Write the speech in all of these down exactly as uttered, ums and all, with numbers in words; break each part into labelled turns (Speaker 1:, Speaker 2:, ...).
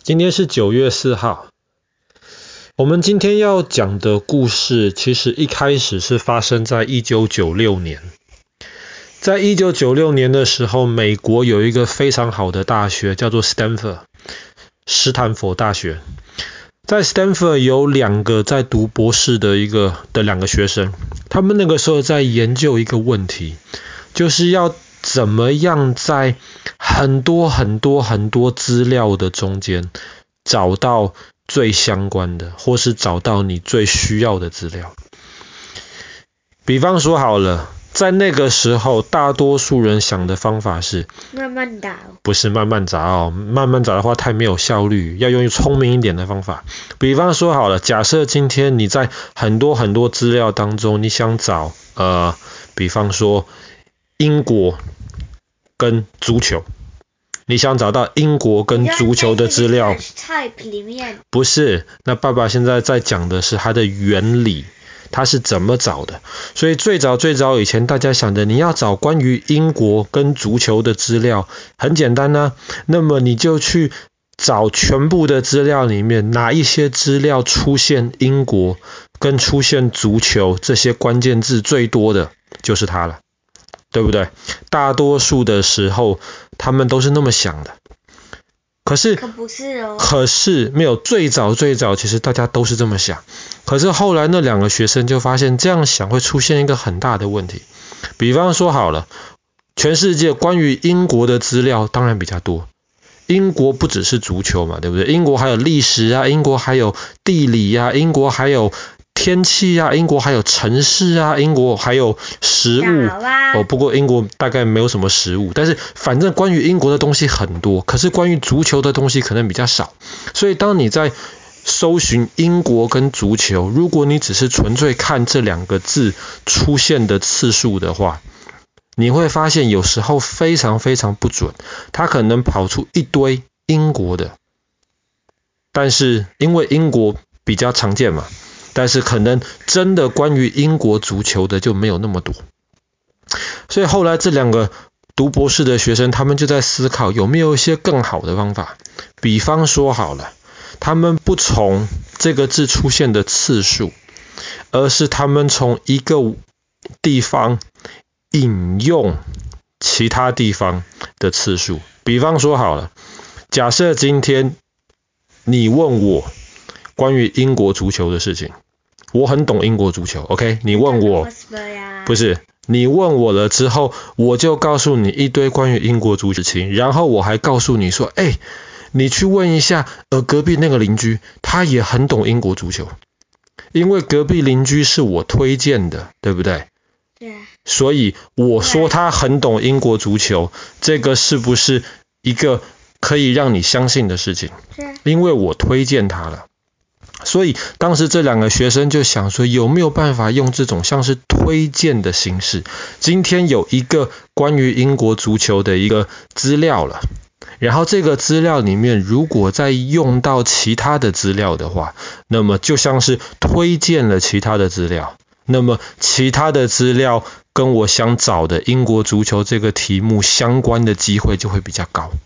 Speaker 1: 今天是九月四号，我们今天要讲的故事其实一开始是发生在一九九六年。在一九九六年的时候，美国有一个非常好的大学叫做 Stanford 斯坦福大学。在 Stanford 有两个在读博士的一个的两个学生，他们那个时候在研究一个问题，就是要怎么样在很多很多很多资料的中间找到最相关的，或是找到你最需要的资料。比方说好了，在那个时候大多数人想的方法是
Speaker 2: 慢慢找，
Speaker 1: 不是慢慢找哦，慢慢找的话太没有效率，要用聪明一点的方法。比方说好了，假设今天你在很多很多资料当中，你想找呃，比方说英国跟足球，你想找到英国跟足球的资料，
Speaker 2: type 里面
Speaker 1: 不是，那爸爸现在在讲的是它的原理，它是怎么找的。所以最早最早以前大家想的，你要找关于英国跟足球的资料，很简单呢、啊，那么你就去找全部的资料里面，哪一些资料出现英国跟出现足球这些关键字最多的，就是它了，对不对？大多数的时候他们都是那么想的。可是
Speaker 2: 可不是哦，
Speaker 1: 可是没有，最早最早其实大家都是这么想。可是后来那两个学生就发现这样想会出现一个很大的问题。比方说好了，全世界关于英国的资料当然比较多。英国不只是足球嘛，对不对？英国还有历史啊，英国还有地理啊，英国还有天气啊，英国还有城市啊，英国还有食物、
Speaker 2: 啊、
Speaker 1: 哦。不过英国大概没有什么食物，但是反正关于英国的东西很多，可是关于足球的东西可能比较少。所以当你在搜寻英国跟足球，如果你只是纯粹看这两个字出现的次数的话，你会发现有时候非常非常不准，它可能跑出一堆英国的，但是因为英国比较常见嘛，但是可能真的关于英国足球的就没有那么多。所以后来这两个读博士的学生，他们就在思考有没有一些更好的方法。比方说好了，他们不从这个字出现的次数，而是他们从一个地方引用其他地方的次数。比方说好了，假设今天你问我关于英国足球的事情，我很懂英国足球 OK， 你问我不是你问我了之后，我就告诉你一堆关于英国足球的事情，然后我还告诉你说，哎，你去问一下呃隔壁那个邻居，他也很懂英国足球，因为隔壁邻居是我推荐的，对不对？
Speaker 2: 对。
Speaker 1: 所以我说他很懂英国足球，这个是不是一个可以让你相信的事情？因为我推荐他了。所以当时这两个学生就想说，有没有办法用这种像是推荐的形式，今天有一个关于英国足球的一个资料了，然后这个资料里面如果再用到其他的资料的话，那么就像是推荐了其他的资料，那么其他的资料跟我想找的英国足球这个题目相关的机会就会比较高。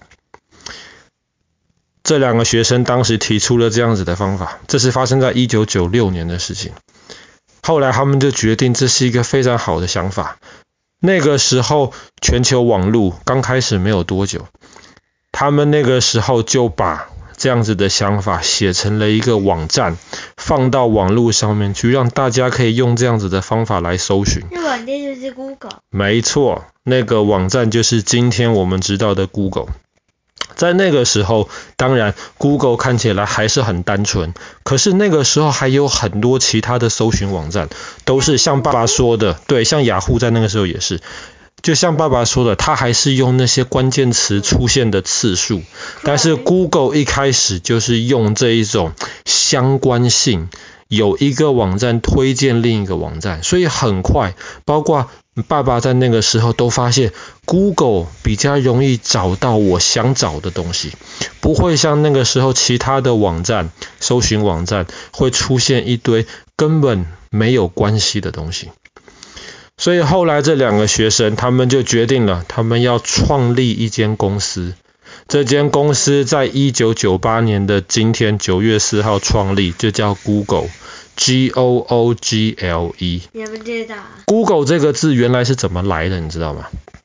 Speaker 1: 这两个学生当时提出了这样子的方法，这是发生在一九九六年的事情。后来他们就决定这是一个非常好的想法。那个时候全球网络刚开始没有多久，他们那个时候就把这样子的想法写成了一个网站，放到网络上面去，让大家可以用这样子的方法来搜寻。
Speaker 2: 那网站就是 Google。
Speaker 1: 没错，那个网站就是今天我们知道的 Google。在那个时候，当然 Google 看起来还是很单纯，可是那个时候还有很多其他的搜寻网站，都是像爸爸说的，对，像雅虎在那个时候也是，就像爸爸说的，他还是用那些关键词出现的次数，但是 Google 一开始就是用这一种相关性，有一个网站推荐另一个网站，所以很快，包括爸爸在那个时候都发现 Google 比较容易找到我想找的东西，不会像那个时候其他的网站，搜寻网站会出现一堆根本没有关系的东西。所以后来这两个学生他们就决定了，他们要创立一间公司， 这间公司在一九九八年的今天九月四号创立，就叫 Google。G O O G L E。
Speaker 2: 你们知道啊
Speaker 1: Google 这个字原来是怎么来的，你知道吗？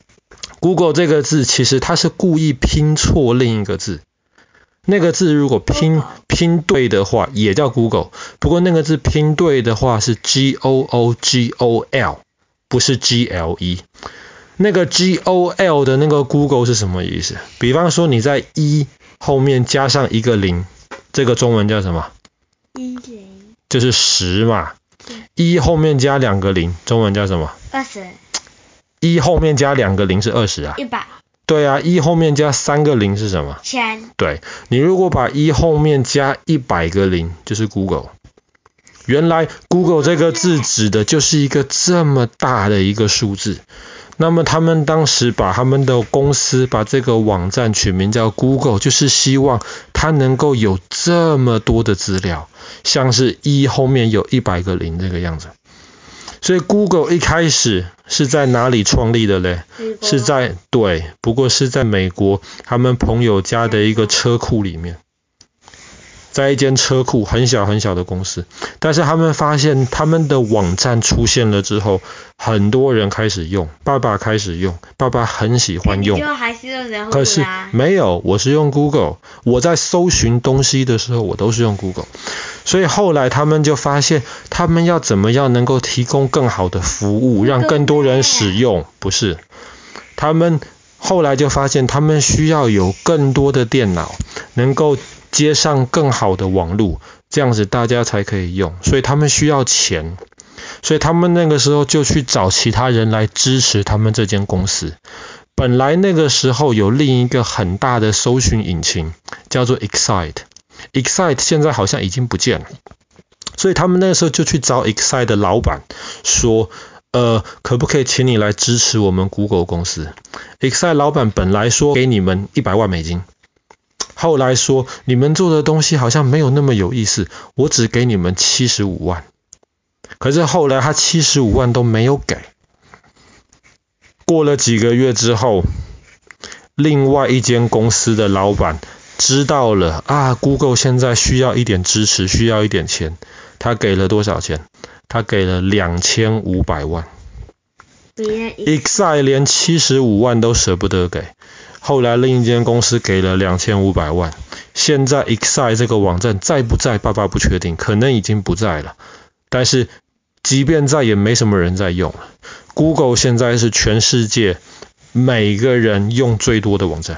Speaker 1: Google 这个字其实它是故意拼错另一个字。那个字如果拼拼对的话，也叫 Google。不过那个字拼对的话是 G O O G O L， 不是 G L E。那个 G O L 的那个 Google 是什么意思？比方说你在一后面加上一个零，这个中文叫什么？
Speaker 2: 一零。
Speaker 1: 就是十嘛。一后面加两个零，中文叫什么？
Speaker 2: 二十。
Speaker 1: 一后面加两个零是二十啊。
Speaker 2: 一百。
Speaker 1: 对啊，一后面加三个零是什么？
Speaker 2: 千。
Speaker 1: 对，你如果把一后面加一百个零，就是 Google。原来 Google 这个字指的就是一个这么大的一个数字。那么他们当时把他们的公司把这个网站取名叫 Google， 就是希望它能够有这么多的资料，像是一后面有一百个零这个样子。所以 Google 一开始是在哪里创立的嘞？是在对，不过是在美国他们朋友家的一个车库里面。在一间车库，很小很小的公司，但是他们发现他们的网站出现了之后，很多人开始用，爸爸开始用，爸爸很喜欢用。
Speaker 2: 就还是用人
Speaker 1: 可是没有，我是用 Google， 我在搜寻东西的时候，我都是用 Google。所以后来他们就发现，他们要怎么样能够提供更好的服务，让更多人使用，不是，他们后来就发现，他们需要有更多的电脑，能够接上更好的网络，这样子大家才可以用，所以他们需要钱，所以他们那个时候就去找其他人来支持他们这间公司。本来那个时候有另一个很大的搜寻引擎叫做 Excite，Excite 现在好像已经不见了，所以他们那个时候就去找 Excite 的老板说，呃，可不可以请你来支持我们 Google 公司？ Excite 老板本来说给你们一百万美金，后来说你们做的东西好像没有那么有意思，我只给你们七十五万。可是后来他七十五万都没有给。过了几个月之后，另外一间公司的老板知道了啊 Google 现在需要一点支持，需要一点钱，他给了多少钱？他给了两千五百万。Excite 连七十五万都舍不得给，后来另一间公司给了两千五百万。现在 Excite 这个网站在不在，爸爸不确定，可能已经不在了。但是即便在，也没什么人在用了。Google 现在是全世界每个人用最多的网站。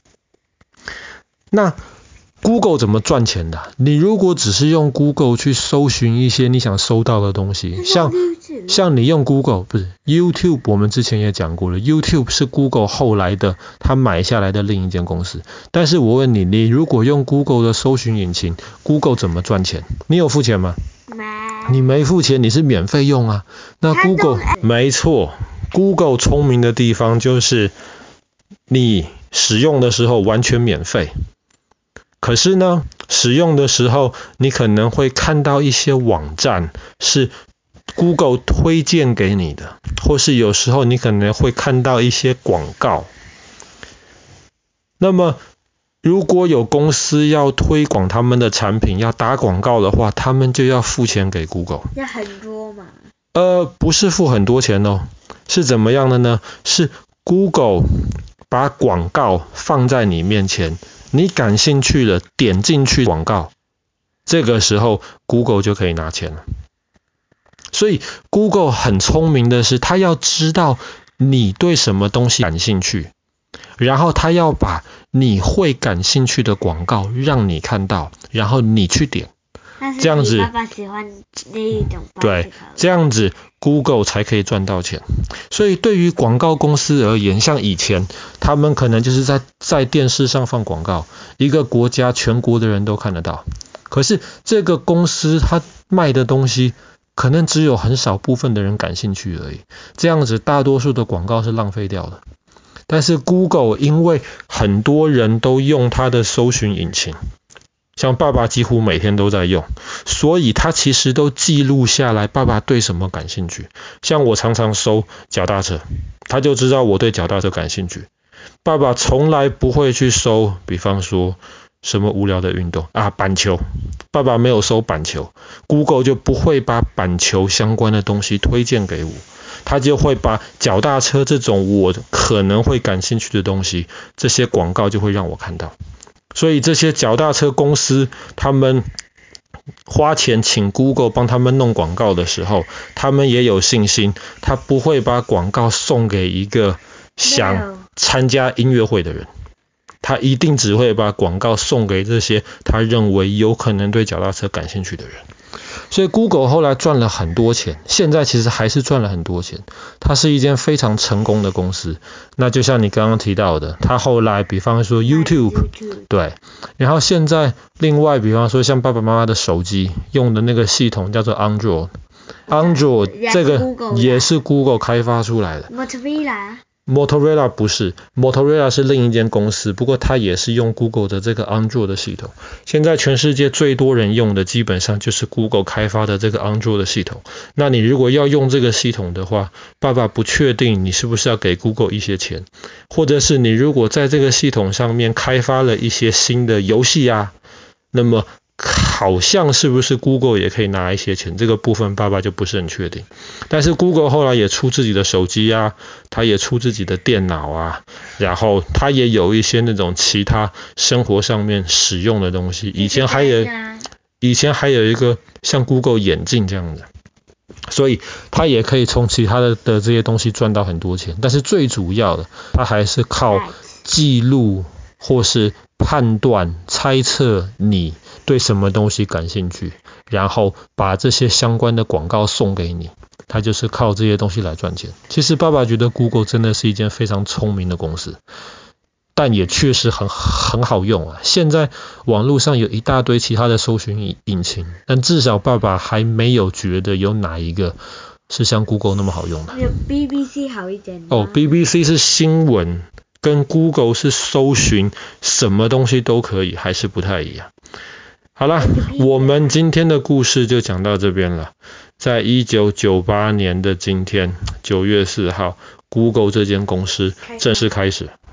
Speaker 1: 那 Google 怎么赚钱的？你如果只是用 Google 去搜寻一些你想搜到的东西，像像你用 Google 不是 YouTube， 我们之前也讲过了 ，YouTube 是 Google 后来的他买下来的另一间公司。但是我问你，你如果用 Google 的搜寻引擎 ，Google 怎么赚钱？你有付钱吗？你没付钱，你是免费用啊。那 Google 没错 ，Google 聪明的地方就是你使用的时候完全免费。可是呢，使用的时候你可能会看到一些网站是 Google 推荐给你的，或是有时候你可能会看到一些广告。那么如果有公司要推广他们的产品，要打广告的话，他们就要付钱给 Google。
Speaker 2: 要很多嘛？
Speaker 1: 呃，不是付很多钱哦，是怎么样的呢？是 Google 把广告放在你面前，你感兴趣了，点进去广告，这个时候 Google 就可以拿钱了。所以 Google 很聪明的是，他要知道你对什么东西感兴趣，然后他要把你会感兴趣的广告让你看到，然后你去点，这样子，
Speaker 2: 爸爸喜欢那一种方式，
Speaker 1: 对，这样子 Google 才可以赚到钱。所以对于广告公司而言，像以前他们可能就是在在电视上放广告，一个国家全国的人都看得到。可是这个公司它卖的东西可能只有很少部分的人感兴趣而已，这样子大多数的广告是浪费掉的。但是 Google 因为很多人都用它的搜寻引擎，像爸爸几乎每天都在用，所以他其实都记录下来爸爸对什么感兴趣。像我常常搜脚踏车，他就知道我对脚踏车感兴趣。 爸爸从来不会去收，比方说什么无聊的运动啊，板球，爸爸没有收板球， Google 就不会把板球相关的东西推荐给我，他就会把脚踏车这种我可能会感兴趣的东西，这些广告就会让我看到。所以这些脚踏车公司他们花钱请 Google 帮他们弄广告的时候，他们也有信心，他不会把广告送给一个想参加音乐会的人，他一定只会把广告送给这些他认为有可能对脚踏车感兴趣的人。所以 Google 后来赚了很多钱，现在其实还是赚了很多钱，它是一间非常成功的公司。那就像你刚刚提到的，它后来比方说 YouTube， 对，然后现在另外比方说像爸爸妈妈的手机用的那个系统叫做 Android， Android 这个也是 Google 开发出来的。
Speaker 2: Motorola
Speaker 1: Motorola 不是 ，Motorola 是另一间公司，不过它也是用 Google 的这个 Android 的系统。现在全世界最多人用的基本上就是 Google 开发的这个 Android 的系统。那你如果要用这个系统的话，爸爸不确定你是不是要给 Google 一些钱，或者是你如果在这个系统上面开发了一些新的游戏啊，那么好像是不是 Google 也可以拿一些钱，这个部分爸爸就不是很确定。但是 Google 后来也出自己的手机啊，他也出自己的电脑啊，然后他也有一些那种其他生活上面使用的东西。以前还有以前还有一个像 Google 眼镜这样的，所以他也可以从其他的的这些东西赚到很多钱。但是最主要的，他还是靠记录或是判断、猜测你对什么东西感兴趣，然后把这些相关的广告送给你，他就是靠这些东西来赚钱。其实爸爸觉得 Google 真的是一间非常聪明的公司，但也确实很很好用啊。现在网络上有一大堆其他的搜寻引擎，但至少爸爸还没有觉得有哪一个是像 Google 那么好用的。
Speaker 2: 有 B B C 好一点吗？
Speaker 1: 哦 ，B B C 是新闻，跟 Google 是搜寻，什么东西都可以，还是不太一样。好了，我们今天的故事就讲到这边了。在一九九八年的今天，九月四号 ，Google 这间公司正式开始。